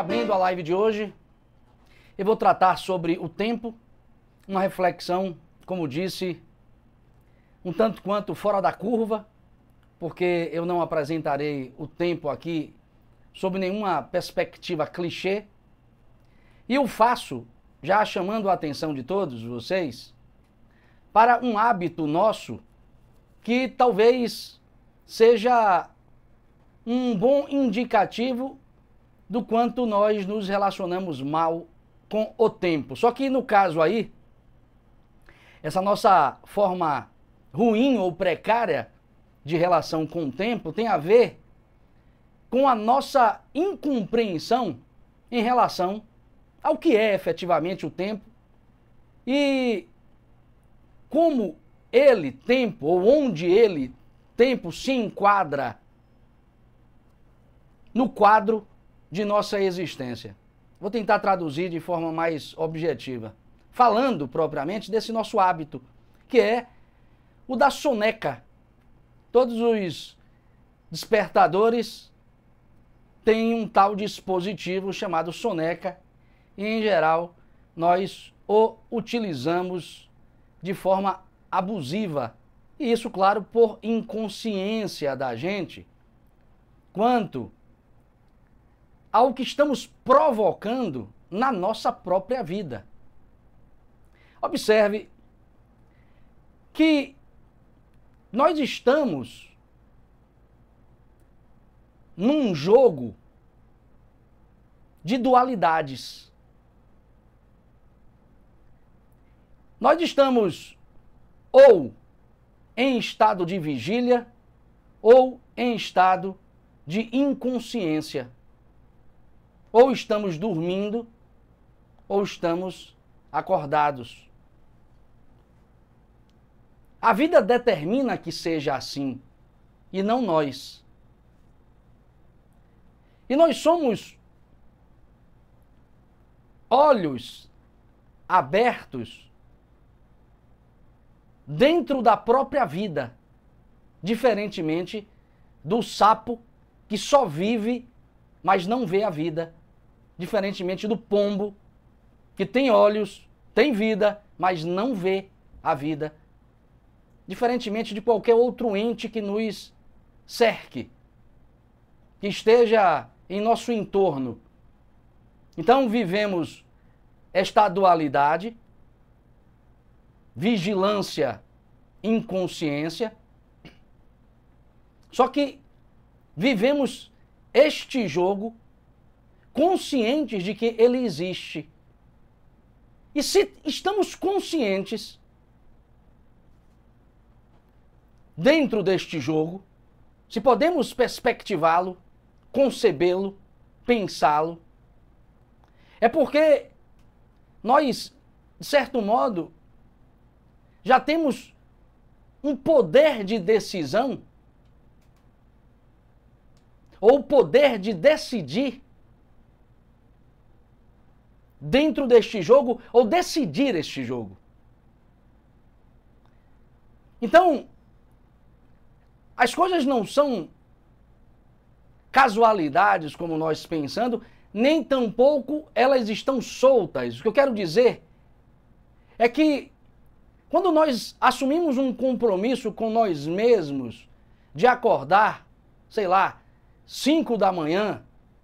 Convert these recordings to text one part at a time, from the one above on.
abrindo a live de hoje, eu vou tratar sobre o tempo, uma reflexão, como disse, um tanto quanto fora da curva, porque eu não apresentarei o tempo aqui sob nenhuma perspectiva clichê, e o faço já chamando a atenção de todos vocês para um hábito nosso que talvez seja um bom indicativo do quanto nós nos relacionamos mal com o tempo. Só que no caso aí, essa nossa forma ruim ou precária de relação com o tempo tem a ver com a nossa incompreensão em relação ao que é efetivamente o tempo e como ele, tempo, ou onde ele, tempo, se enquadra no quadro de nossa existência. Vou tentar traduzir de forma mais objetiva, falando propriamente desse nosso hábito, que é o da soneca. Todos os despertadores têm um tal dispositivo chamado soneca e, em geral, nós o utilizamos de forma abusiva. E isso, claro, por inconsciência da gente, quanto ao que estamos provocando na nossa própria vida. Observe que nós estamos num jogo de dualidades. Nós estamos ou em estado de vigília ou em estado de inconsciência. Ou estamos dormindo ou estamos acordados. A vida determina que seja assim, e não nós. E nós somos olhos abertos dentro da própria vida, diferentemente do sapo que só vive, mas não vê a vida, diferentemente do pombo que tem olhos, tem vida, mas não vê a vida, diferentemente de qualquer outro ente que nos cerque, que esteja em nosso entorno. Então vivemos esta dualidade, vigilância, inconsciência, só que vivemos este jogo conscientes de que ele existe. E se estamos conscientes dentro deste jogo, se podemos perspectivá-lo, concebê-lo, pensá-lo, é porque nós, de certo modo, já temos um poder de decisão ou poder de decidir dentro deste jogo ou decidir este jogo. Então, as coisas não são casualidades como nós pensando, nem tampouco elas estão soltas. O que eu quero dizer é que quando nós assumimos um compromisso com nós mesmos de acordar, sei lá, 5 da manhã,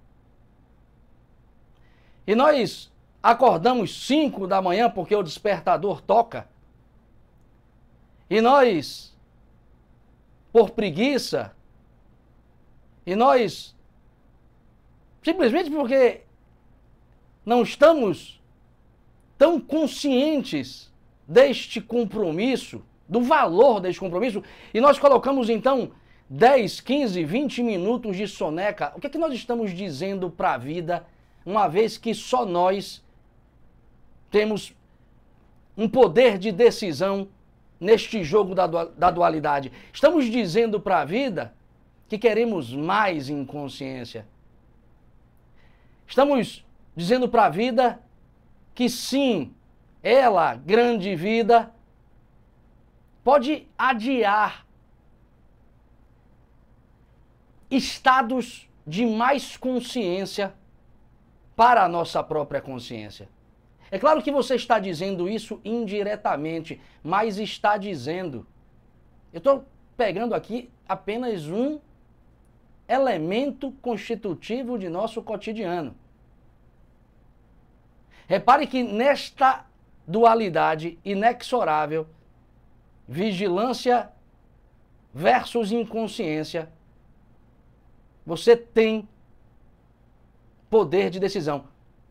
e nós acordamos 5 da manhã porque o despertador toca, e nós, por preguiça, e nós, simplesmente porque não estamos tão conscientes deste compromisso, do valor deste compromisso, e nós colocamos então 10, 15, 20 minutos de soneca. O que é que nós estamos dizendo para a vida, uma vez que só nós temos um poder de decisão neste jogo da dualidade? Estamos dizendo para a vida que queremos mais inconsciência. Estamos dizendo para a vida que sim, ela, grande vida, pode adiar estados de mais consciência para a nossa própria consciência. É claro que você está dizendo isso indiretamente, mas está dizendo. Eu estou pegando aqui apenas um elemento constitutivo de nosso cotidiano. Repare que nesta dualidade inexorável, vigilância versus inconsciência, você tem poder de decisão.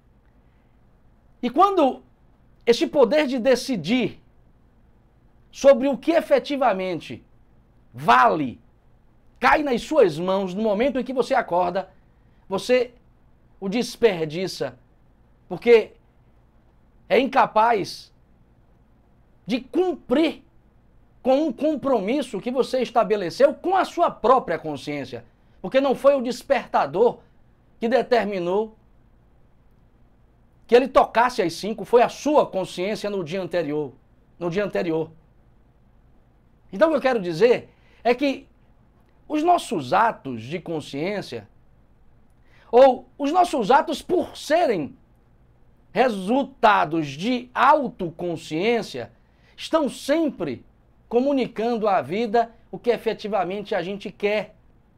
E quando esse poder de decidir sobre o que efetivamente vale, cai nas suas mãos no momento em que você acorda, você o desperdiça, porque é incapaz de cumprir com um compromisso que você estabeleceu com a sua própria consciência, porque não foi o despertador que determinou que ele tocasse às 5, foi a sua consciência no dia anterior. Então o que eu quero dizer é que os nossos atos de consciência, ou os nossos atos por serem resultados de autoconsciência, estão sempre comunicando à vida o que efetivamente a gente quer.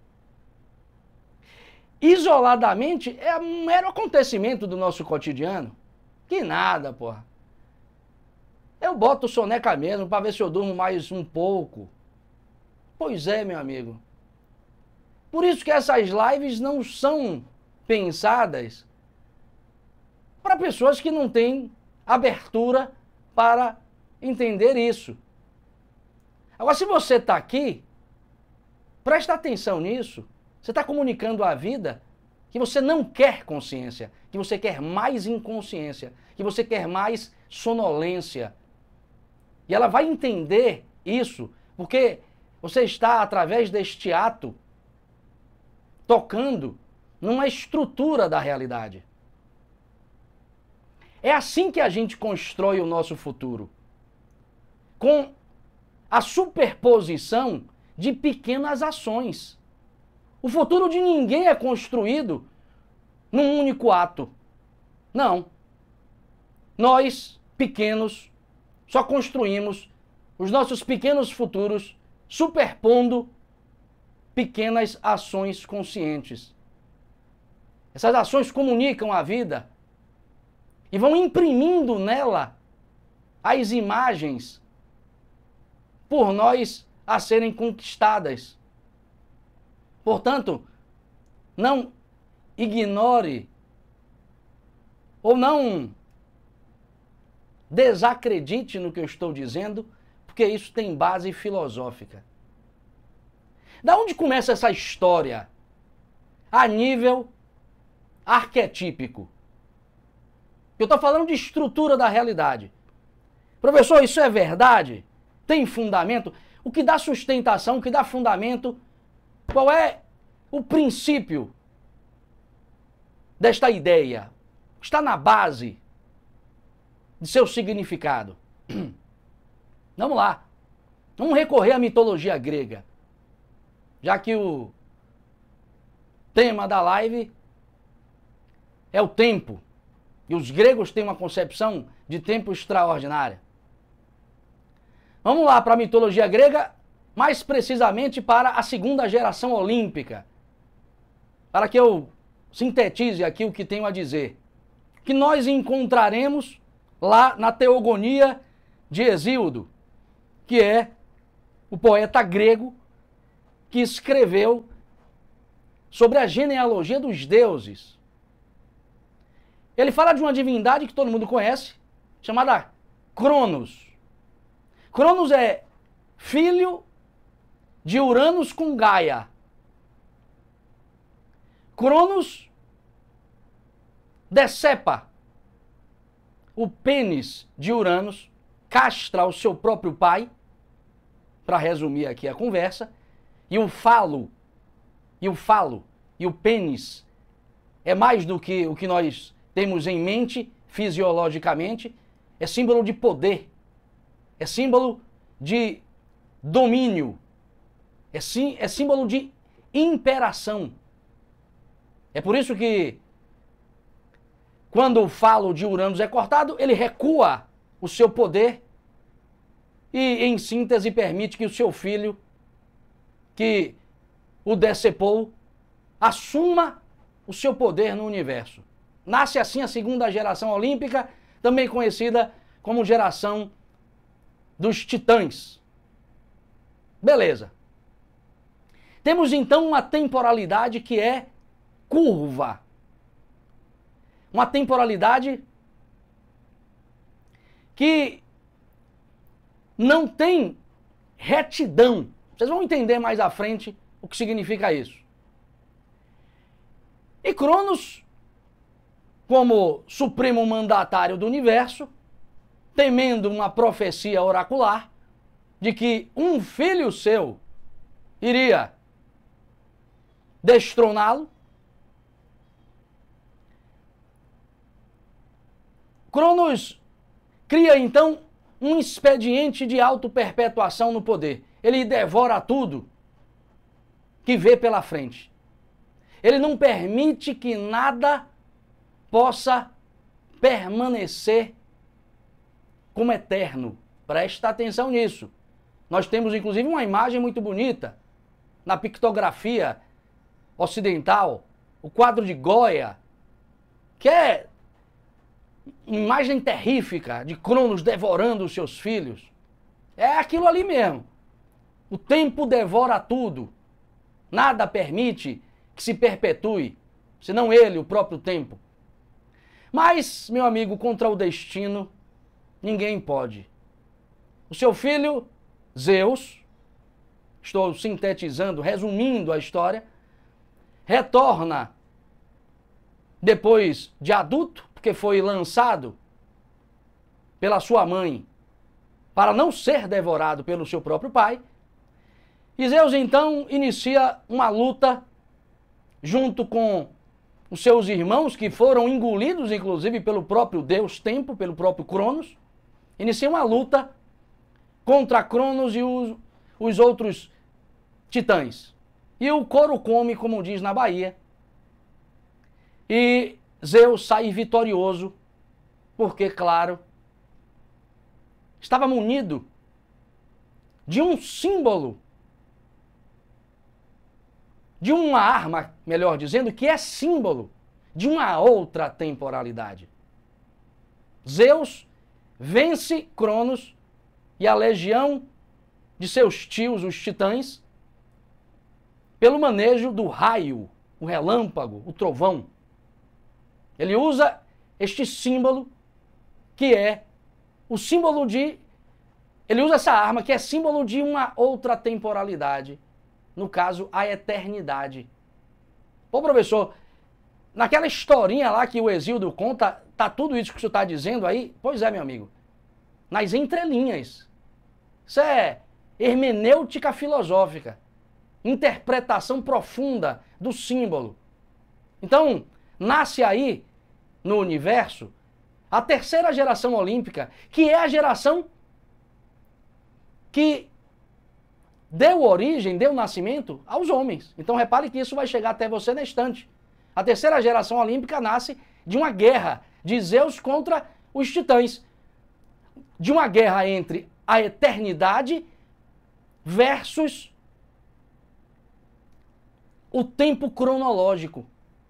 Isoladamente, é um mero acontecimento do nosso cotidiano. Que nada, porra. Eu boto soneca mesmo para ver se eu durmo mais um pouco. Pois é, meu amigo. Por isso que essas lives não são pensadas para pessoas que não têm abertura para entender isso. Agora, se você está aqui, presta atenção nisso. Você está comunicando à vida que você não quer consciência, que você quer mais inconsciência, que você quer mais sonolência. E ela vai entender isso, porque você está, através deste ato, tocando numa estrutura da realidade. É assim que a gente constrói o nosso futuro. Com a superposição de pequenas ações. O futuro de ninguém é construído num único ato. Não. Nós, pequenos, só construímos os nossos pequenos futuros superpondo pequenas ações conscientes. Essas ações comunicam a vida e vão imprimindo nela as imagens por nós a serem conquistadas. Portanto, não ignore ou não desacredite no que eu estou dizendo, porque isso tem base filosófica. Da onde começa essa história a nível arquetípico? Eu estou falando de estrutura da realidade. Professor, isso é verdade? Tem fundamento? O que dá sustentação, o que dá fundamento? Qual é o princípio desta ideia? Está na base de seu significado. Vamos lá. Vamos recorrer à mitologia grega. Já que o tema da live é o tempo. E os gregos têm uma concepção de tempo extraordinária. Vamos lá para a mitologia grega, mais precisamente para a segunda geração olímpica. Para que eu sintetize aqui o que tenho a dizer. Que nós encontraremos lá na Teogonia de Hesíodo, que é o poeta grego que escreveu sobre a genealogia dos deuses. Ele fala de uma divindade que todo mundo conhece, chamada Cronos. Cronos é filho de Uranus com Gaia. Cronos decepa o pênis de Uranus, castra o seu próprio pai, para resumir aqui a conversa, e o falo e o pênis é mais do que o que nós temos em mente fisiologicamente, é símbolo de poder, é símbolo de domínio, é símbolo de imperação. É por isso que quando falo de Uranus é cortado, ele recua o seu poder e, em síntese, permite que o seu filho, que o decepou, assuma o seu poder no universo. Nasce assim a segunda geração olímpica, também conhecida como geração dos titãs. Beleza. Temos então uma temporalidade que é curva. Uma temporalidade que não tem retidão. Vocês vão entender mais à frente o que significa isso. E Cronos, como supremo mandatário do universo, temendo uma profecia oracular de que um filho seu iria destroná-lo, Cronos cria então um expediente de autoperpetuação no poder. Ele devora tudo que vê pela frente. Ele não permite que nada possa permanecer como eterno. Presta atenção nisso. Nós temos inclusive uma imagem muito bonita na pictografia ocidental, o quadro de Goya, que é imagem terrífica de Cronos devorando os seus filhos. É aquilo ali mesmo. O tempo devora tudo. Nada permite que se perpetue, senão ele, o próprio tempo. Mas, meu amigo, contra o destino, ninguém pode. O seu filho, Zeus, estou sintetizando, resumindo a história, retorna depois de adulto, porque foi lançado pela sua mãe para não ser devorado pelo seu próprio pai. E Zeus então inicia uma luta junto com os seus irmãos, que foram engolidos inclusive pelo próprio Deus Tempo, pelo próprio Cronos. Inicia uma luta contra Cronos e os outros titãs. E o couro come, como diz na Bahia. E Zeus sai vitorioso, porque, claro, estava munido de um símbolo, de uma arma, melhor dizendo, que é símbolo de uma outra temporalidade. Zeus vence Cronos e a legião de seus tios, os titãs, pelo manejo do raio, o relâmpago, o trovão. Ele usa este símbolo que é o símbolo de... Ele usa essa arma que é símbolo de uma outra temporalidade. No caso, a eternidade. Ô professor, naquela historinha lá que o Hesíodo conta, tá tudo isso que o senhor está dizendo aí? Pois é, meu amigo. Nas entrelinhas. Isso é hermenêutica filosófica. Interpretação profunda do símbolo. Então, nasce aí, no universo, a terceira geração olímpica, que é a geração que deu origem, deu nascimento aos homens. Então repare que isso vai chegar até você na estante. A terceira geração olímpica nasce de uma guerra de Zeus contra os titãs. De uma guerra entre a eternidade versus o tempo cronológico.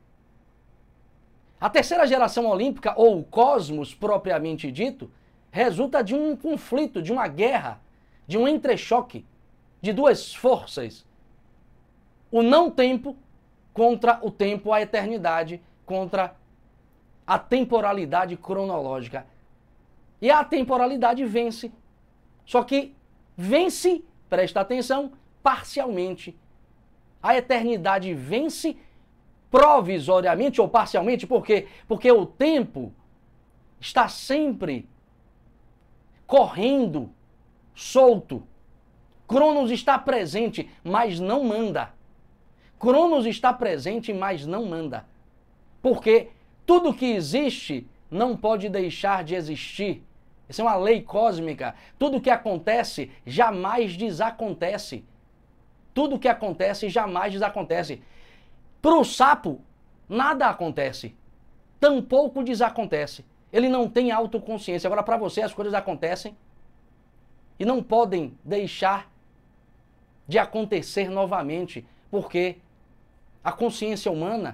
A terceira geração olímpica, ou o cosmos propriamente dito, resulta de um conflito, de uma guerra, de um entrechoque de duas forças. O não-tempo contra o tempo, a eternidade contra a temporalidade cronológica. E a temporalidade vence. Só que vence, presta atenção, parcialmente. A eternidade vence provisoriamente ou parcialmente, por quê? Porque o tempo está sempre correndo, solto. Cronos está presente, mas não manda. Cronos está presente, mas não manda. Porque tudo que existe não pode deixar de existir. Essa é uma lei cósmica. Tudo que acontece jamais desacontece. Tudo que acontece jamais desacontece. Para o sapo, nada acontece. tampouco desacontece. Ele não tem autoconsciência. Agora, para você, as coisas acontecem e não podem deixar de acontecer novamente, porque a consciência humana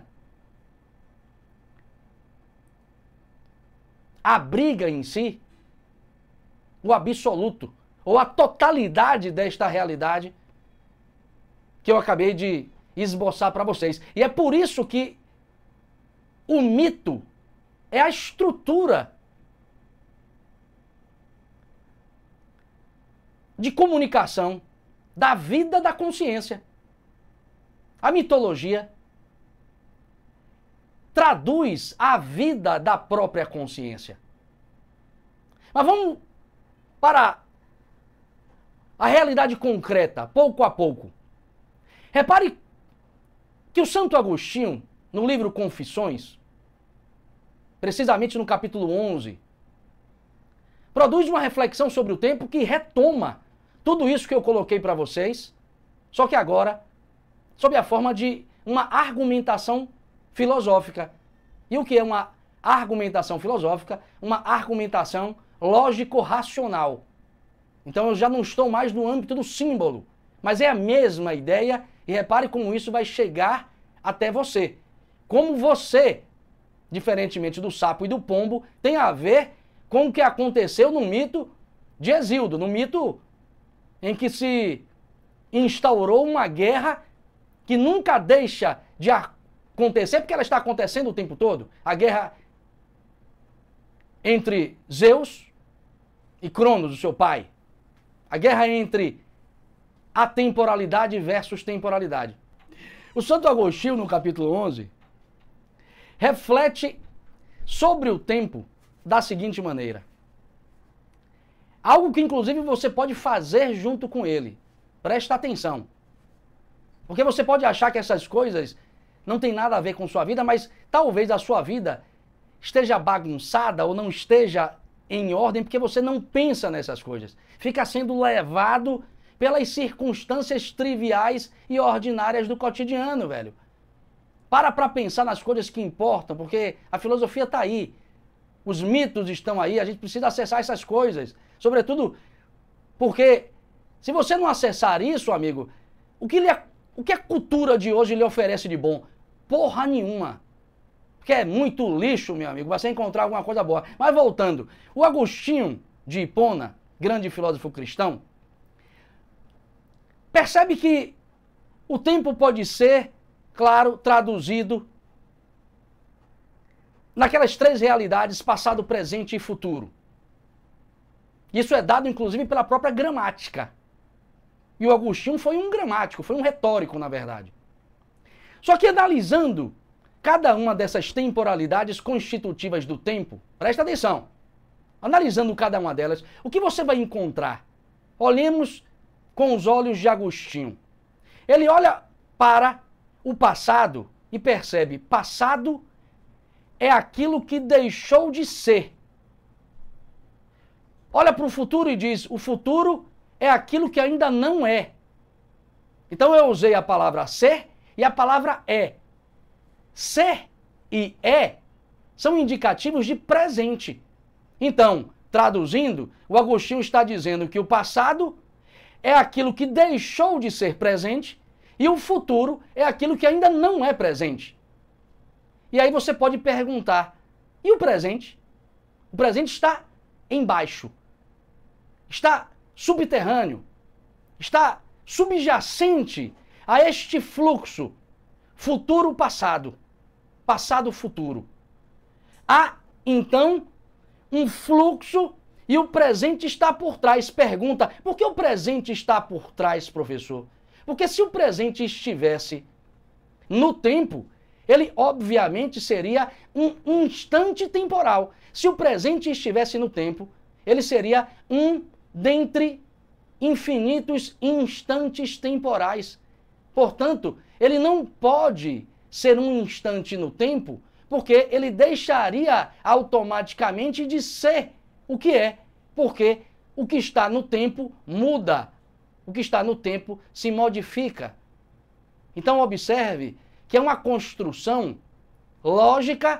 abriga em si o absoluto, ou a totalidade desta realidade que eu acabei de esboçar para vocês. E é por isso que o mito é a estrutura de comunicação da vida da consciência. A mitologia traduz a vida da própria consciência. Mas vamos para a realidade concreta, pouco a pouco. Repare que o Santo Agostinho, no livro Confissões, precisamente no capítulo 11, produz uma reflexão sobre o tempo que retoma tudo isso que eu coloquei para vocês, só que agora sob a forma de uma argumentação filosófica. E o que é uma argumentação filosófica? Uma argumentação lógico-racional. Então eu já não estou mais no âmbito do símbolo, mas é a mesma ideia, e repare como isso vai chegar até você. Como você, diferentemente do sapo e do pombo, tem a ver com o que aconteceu no mito de Hesíodo, no mito em que se instaurou uma guerra que nunca deixa de acontecer, porque ela está acontecendo o tempo todo. A guerra entre Zeus e Cronos, o seu pai. A guerra entre atemporalidade versus temporalidade. O Santo Agostinho, no capítulo 11, reflete sobre o tempo da seguinte maneira. Algo que, inclusive, você pode fazer junto com ele. Presta atenção. Porque você pode achar que essas coisas não tem nada a ver com sua vida, mas talvez a sua vida esteja bagunçada ou não esteja em ordem porque você não pensa nessas coisas. Fica sendo levado pelas circunstâncias triviais e ordinárias do cotidiano, velho. Para pensar nas coisas que importam, porque a filosofia está aí. Os mitos estão aí, a gente precisa acessar essas coisas. Sobretudo porque se você não acessar isso, amigo, o que a cultura de hoje lhe oferece de bom? Porra nenhuma. Porque é muito lixo, meu amigo, você encontrar alguma coisa boa. Mas voltando, o Agostinho de Hipona, grande filósofo cristão, percebe que o tempo pode ser, claro, traduzido naquelas três realidades, passado, presente e futuro. Isso é dado, inclusive, pela própria gramática. E o Agostinho foi um gramático, foi um retórico, na verdade. Só que analisando cada uma dessas temporalidades constitutivas do tempo, presta atenção, analisando cada uma delas, o que você vai encontrar? Olhemos com os olhos de Agostinho. Ele olha para o passado e percebe, passado é aquilo que deixou de ser. Olha para o futuro e diz, o futuro é aquilo que ainda não é. Então eu usei a palavra ser e a palavra é. Ser e é são indicativos de presente. Então, traduzindo, o Agostinho está dizendo que o passado é aquilo que deixou de ser presente e o futuro é aquilo que ainda não é presente. E aí você pode perguntar, e o presente? O presente está embaixo, está subterrâneo, está subjacente a este fluxo futuro-passado, passado-futuro. Há, então, um fluxo e o presente está por trás. Pergunta, por que o presente está por trás, professor? Porque se o presente estivesse no tempo, ele obviamente seria um instante temporal. Se o presente estivesse no tempo, ele seria um dentre infinitos instantes temporais. Portanto, ele não pode ser um instante no tempo, porque ele deixaria automaticamente de ser o que é, porque o que está no tempo muda, o que está no tempo se modifica. Então observe que é uma construção lógica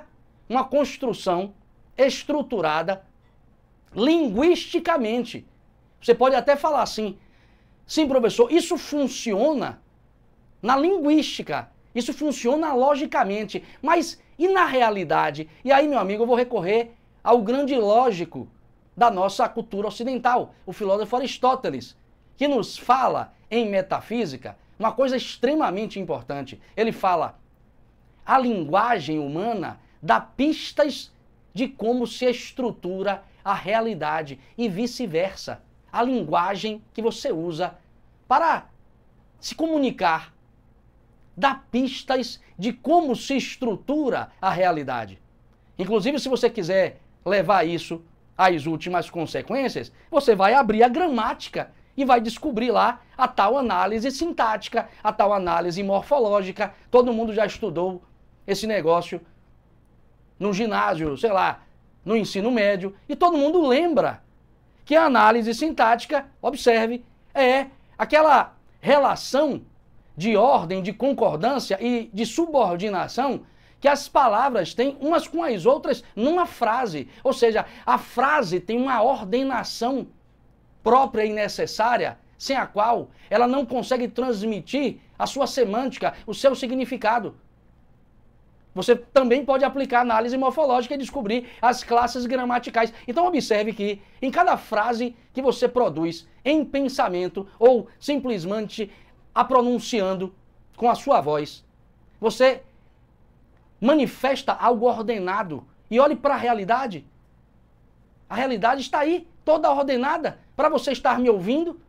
uma construção estruturada linguisticamente. Você pode até falar assim, sim, professor, isso funciona na linguística, isso funciona logicamente, mas e na realidade? E aí, meu amigo, eu vou recorrer ao grande lógico da nossa cultura ocidental, o filósofo Aristóteles, que nos fala em metafísica uma coisa extremamente importante. Ele fala, a linguagem humana dá pistas de como se estrutura a realidade e vice-versa. A linguagem que você usa para se comunicar dá pistas de como se estrutura a realidade. Inclusive, se você quiser levar isso às últimas consequências, você vai abrir a gramática e vai descobrir lá a tal análise sintática, a tal análise morfológica. Todo mundo já estudou esse negócio no ginásio, sei lá, no ensino médio, e todo mundo lembra que a análise sintática, observe, é aquela relação de ordem, de concordância e de subordinação que as palavras têm umas com as outras numa frase. Ou seja, a frase tem uma ordenação própria e necessária, sem a qual ela não consegue transmitir a sua semântica, o seu significado. Você também pode aplicar análise morfológica e descobrir as classes gramaticais. Então observe que em cada frase que você produz em pensamento ou simplesmente a pronunciando com a sua voz, você manifesta algo ordenado. E olhe para a realidade. A realidade está aí, toda ordenada, para você estar me ouvindo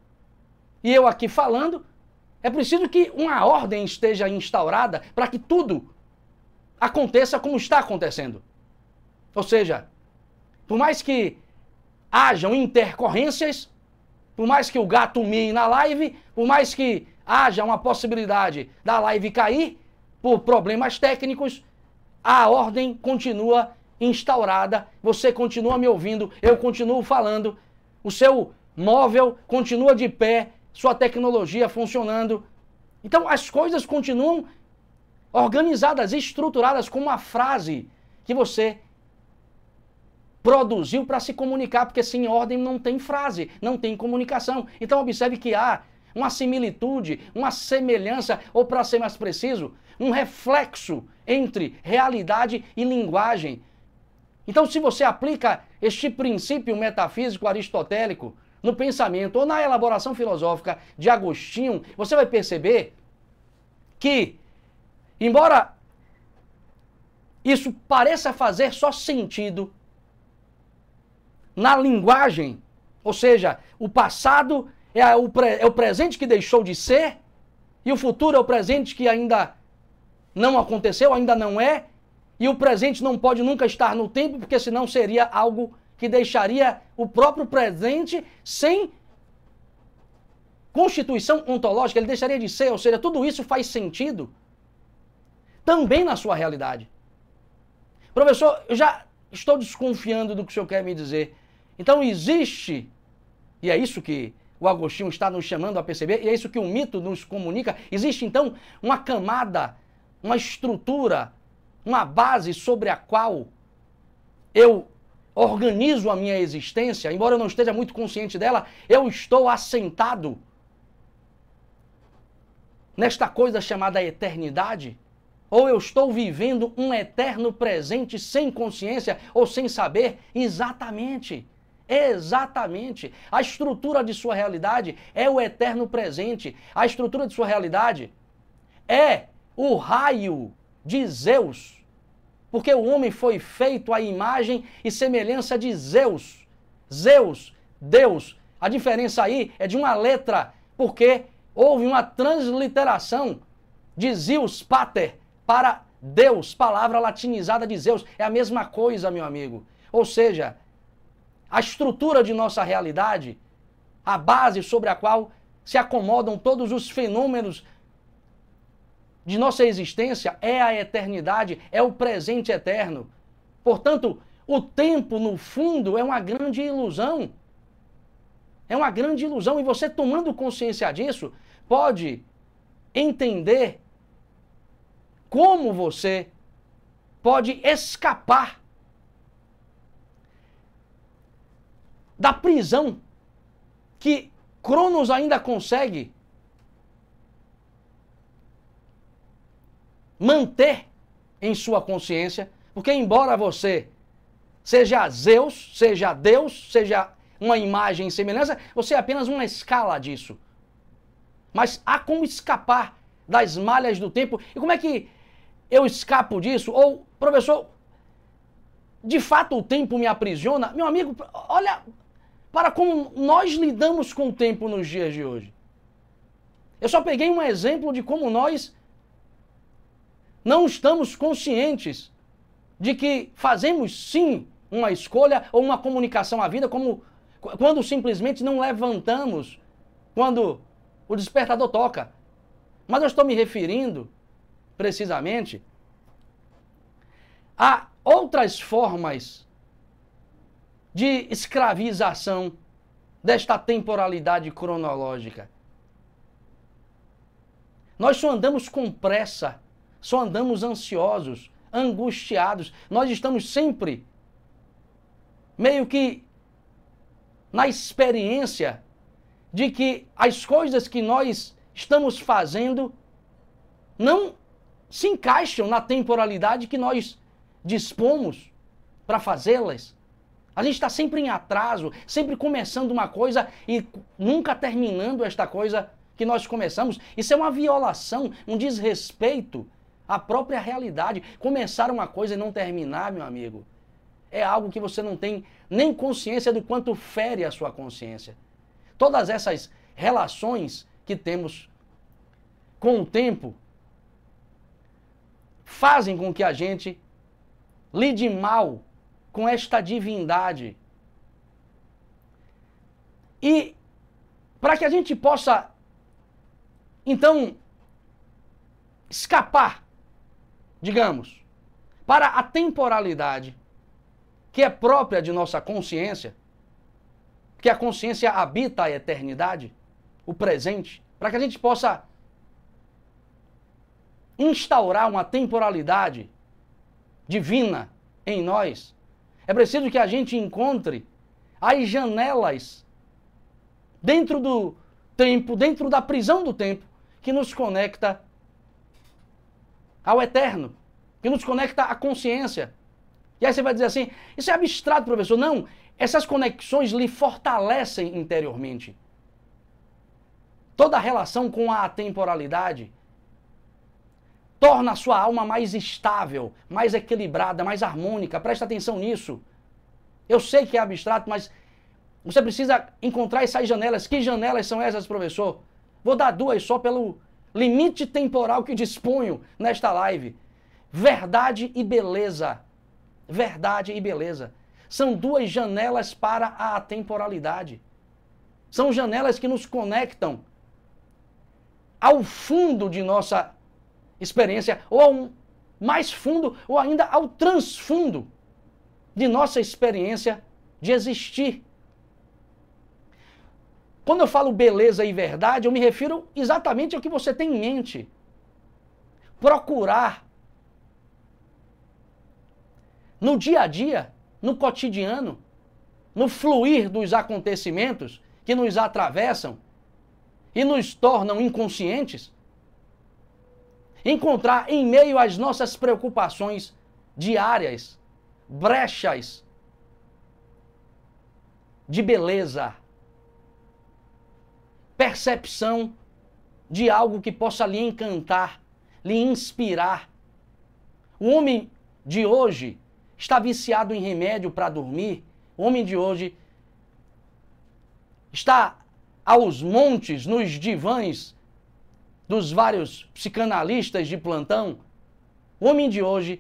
e eu aqui falando. É preciso que uma ordem esteja instaurada para que tudo aconteça como está acontecendo. Ou seja, por mais que hajam intercorrências, por mais que o gato mie na live, por mais que haja uma possibilidade da live cair por problemas técnicos, a ordem continua instaurada, você continua me ouvindo, eu continuo falando, o seu móvel continua de pé, sua tecnologia funcionando. Então as coisas continuam organizadas, estruturadas como uma frase que você produziu para se comunicar, porque sem ordem não tem frase, não tem comunicação. Então observe que há uma similitude, uma semelhança, ou para ser mais preciso, um reflexo entre realidade e linguagem. Então se você aplica este princípio metafísico aristotélico no pensamento ou na elaboração filosófica de Agostinho, você vai perceber que, embora isso pareça fazer só sentido na linguagem, ou seja, o passado é o presente que deixou de ser e o futuro é o presente que ainda não aconteceu, ainda não é, e o presente não pode nunca estar no tempo, porque senão seria algo que deixaria o próprio presente sem constituição ontológica, ele deixaria de ser, ou seja, tudo isso faz sentido também na sua realidade. Professor, eu já estou desconfiando do que o senhor quer me dizer. Então existe, e é isso que o Agostinho está nos chamando a perceber, e é isso que o mito nos comunica, existe então uma camada, uma estrutura, uma base sobre a qual eu organizo a minha existência, embora eu não esteja muito consciente dela, eu estou assentado nesta coisa chamada eternidade, ou eu estou vivendo um eterno presente sem consciência ou sem saber? Exatamente. Exatamente. A estrutura de sua realidade é o eterno presente. A estrutura de sua realidade é o raio de Zeus. Porque o homem foi feito à imagem e semelhança de Zeus. Zeus, Deus. A diferença aí é de uma letra, porque houve uma transliteração de Zeus Pater para Deus, palavra latinizada de Zeus. É a mesma coisa, meu amigo. Ou seja, a estrutura de nossa realidade, a base sobre a qual se acomodam todos os fenômenos de nossa existência é a eternidade, é o presente eterno. Portanto, o tempo, no fundo, é uma grande ilusão. É uma grande ilusão. E você, tomando consciência disso, pode entender como você pode escapar da prisão que Cronos ainda consegue manter em sua consciência, porque embora você seja Zeus, seja Deus, seja uma imagem e semelhança, você é apenas uma escala disso. Mas há como escapar das malhas do tempo. E como é que eu escapo disso? Ou, professor, de fato o tempo me aprisiona? Meu amigo, olha para como nós lidamos com o tempo nos dias de hoje. Eu só peguei um exemplo de como nós não estamos conscientes de que fazemos sim uma escolha ou uma comunicação à vida, como quando simplesmente não levantamos quando o despertador toca. Mas eu estou me referindo, precisamente, a outras formas de escravização desta temporalidade cronológica. Nós só andamos com pressa, só andamos ansiosos, angustiados. Nós estamos sempre meio que na experiência de que as coisas que nós estamos fazendo não se encaixam na temporalidade que nós dispomos para fazê-las. A gente está sempre em atraso, sempre começando uma coisa e nunca terminando esta coisa que nós começamos. Isso é uma violação, um desrespeito à própria realidade. Começar uma coisa e não terminar, meu amigo, é algo que você não tem nem consciência do quanto fere a sua consciência. Todas essas relações que temos com o tempo fazem com que a gente lide mal com esta divindade. E para que a gente possa, então, escapar, digamos, para a temporalidade que é própria de nossa consciência, que a consciência habita a eternidade, o presente, para que a gente possa instaurar uma temporalidade divina em nós, é preciso que a gente encontre as janelas dentro do tempo, dentro da prisão do tempo, que nos conecta ao eterno, que nos conecta à consciência. E aí você vai dizer assim, isso é abstrato, professor. Não, essas conexões lhe fortalecem interiormente. Toda a relação com a atemporalidade torna a sua alma mais estável, mais equilibrada, mais harmônica. Presta atenção nisso. Eu sei que é abstrato, mas você precisa encontrar essas janelas. Que janelas são essas, professor? Vou dar duas só pelo limite temporal que disponho nesta live. Verdade e beleza. Verdade e beleza. São duas janelas para a atemporalidade. São janelas que nos conectam ao fundo de nossa experiência, ou ao mais fundo, ou ainda ao transfundo de nossa experiência de existir. Quando eu falo beleza e verdade, eu me refiro exatamente ao que você tem em mente. Procurar no dia a dia, no cotidiano, no fluir dos acontecimentos que nos atravessam e nos tornam inconscientes, encontrar em meio às nossas preocupações diárias, brechas de beleza, percepção de algo que possa lhe encantar, lhe inspirar. O homem de hoje está viciado em remédio para dormir. O homem de hoje está aos montes, nos divãs dos vários psicanalistas de plantão. O homem de hoje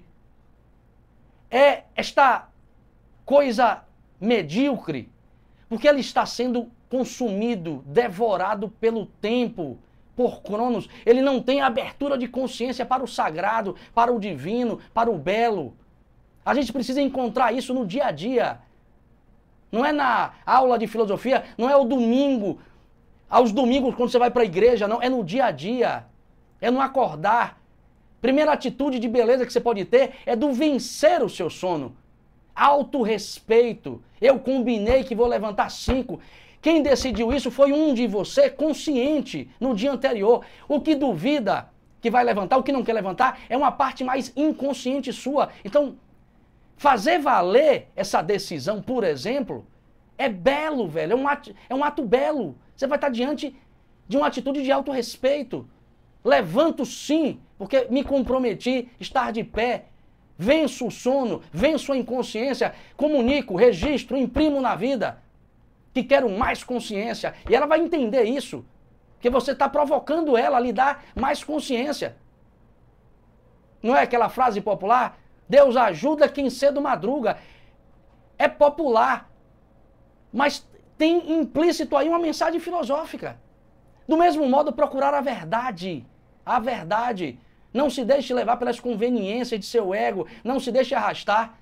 é esta coisa medíocre, porque ele está sendo consumido, devorado pelo tempo, por Cronos. Ele não tem abertura de consciência para o sagrado, para o divino, para o belo. A gente precisa encontrar isso no dia a dia. Não é na aula de filosofia, não é o domingo, aos domingos quando você vai para a igreja, não. É no dia a dia. É no acordar. Primeira atitude de beleza que você pode ter é do vencer o seu sono. Autorrespeito. Eu combinei que vou levantar 5. Quem decidiu isso foi um de você consciente no dia anterior. O que duvida que vai levantar, o que não quer levantar, é uma parte mais inconsciente sua. Então, fazer valer essa decisão, por exemplo, é belo, velho. É um ato belo. Você vai estar diante de uma atitude de autorrespeito. Levanto sim, porque me comprometi a estar de pé. Venço o sono, venço a inconsciência, comunico, registro, imprimo na vida que quero mais consciência. E ela vai entender isso, que você está provocando ela a lhe dar mais consciência. Não é aquela frase popular? Deus ajuda quem cedo madruga. É popular, mas tem implícito aí uma mensagem filosófica. Do mesmo modo, procurar a verdade. A verdade. Não se deixe levar pelas conveniências de seu ego. Não se deixe arrastar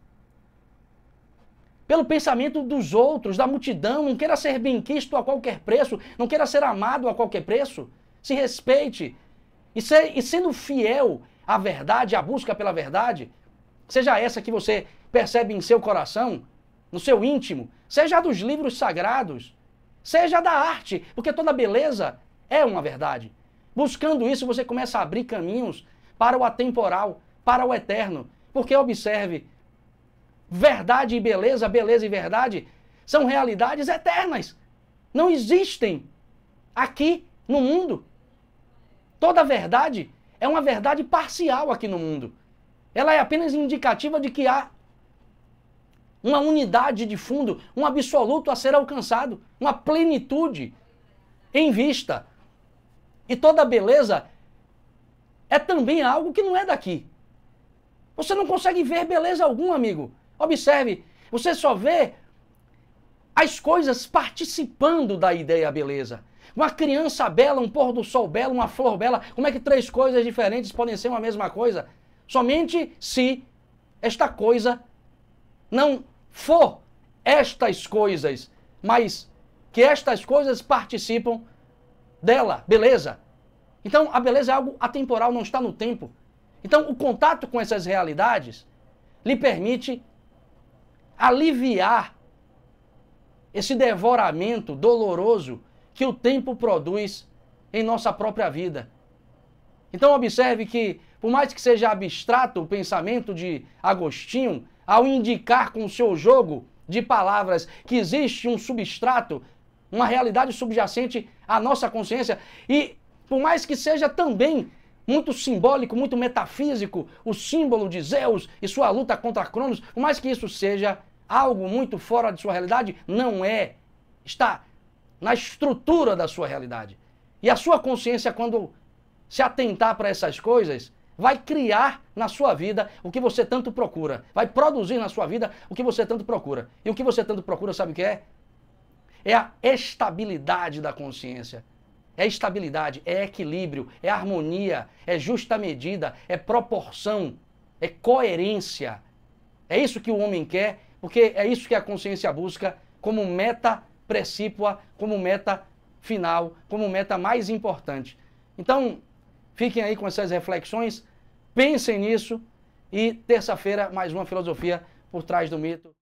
pelo pensamento dos outros, da multidão. Não queira ser benquisto a qualquer preço. Não queira ser amado a qualquer preço. Se respeite. E sendo fiel à verdade, à busca pela verdade, seja essa que você percebe em seu coração, no seu íntimo, seja a dos livros sagrados, seja da arte, porque toda beleza é uma verdade. Buscando isso, você começa a abrir caminhos para o atemporal, para o eterno. Porque observe, verdade e beleza, beleza e verdade, são realidades eternas. Não existem aqui no mundo. Toda verdade é uma verdade parcial aqui no mundo. Ela é apenas indicativa de que há uma unidade de fundo, um absoluto a ser alcançado, uma plenitude em vista. E toda beleza é também algo que não é daqui. Você não consegue ver beleza alguma, amigo. Observe, você só vê as coisas participando da ideia beleza. Uma criança bela, um pôr do sol belo, uma flor bela. Como é que 3 coisas diferentes podem ser uma mesma coisa? Somente se esta coisa não for estas coisas, mas que estas coisas participam dela, beleza. Então, a beleza é algo atemporal, não está no tempo. Então, o contato com essas realidades lhe permite aliviar esse devoramento doloroso que o tempo produz em nossa própria vida. Então, observe que, por mais que seja abstrato o pensamento de Agostinho, ao indicar com o seu jogo de palavras que existe um substrato, uma realidade subjacente à nossa consciência, e por mais que seja também muito simbólico, muito metafísico, o símbolo de Zeus e sua luta contra Cronos, por mais que isso seja algo muito fora de sua realidade, não é. Está na estrutura da sua realidade. E a sua consciência, quando se atentar para essas coisas, vai criar na sua vida o que você tanto procura. Vai produzir na sua vida o que você tanto procura. E o que você tanto procura, sabe o que é? É a estabilidade da consciência. É estabilidade, é equilíbrio, é harmonia, é justa medida, é proporção, é coerência. É isso que o homem quer, porque é isso que a consciência busca como meta precípua, como meta final, como meta mais importante. Então, fiquem aí com essas reflexões, pensem nisso e terça-feira mais uma filosofia por trás do mito.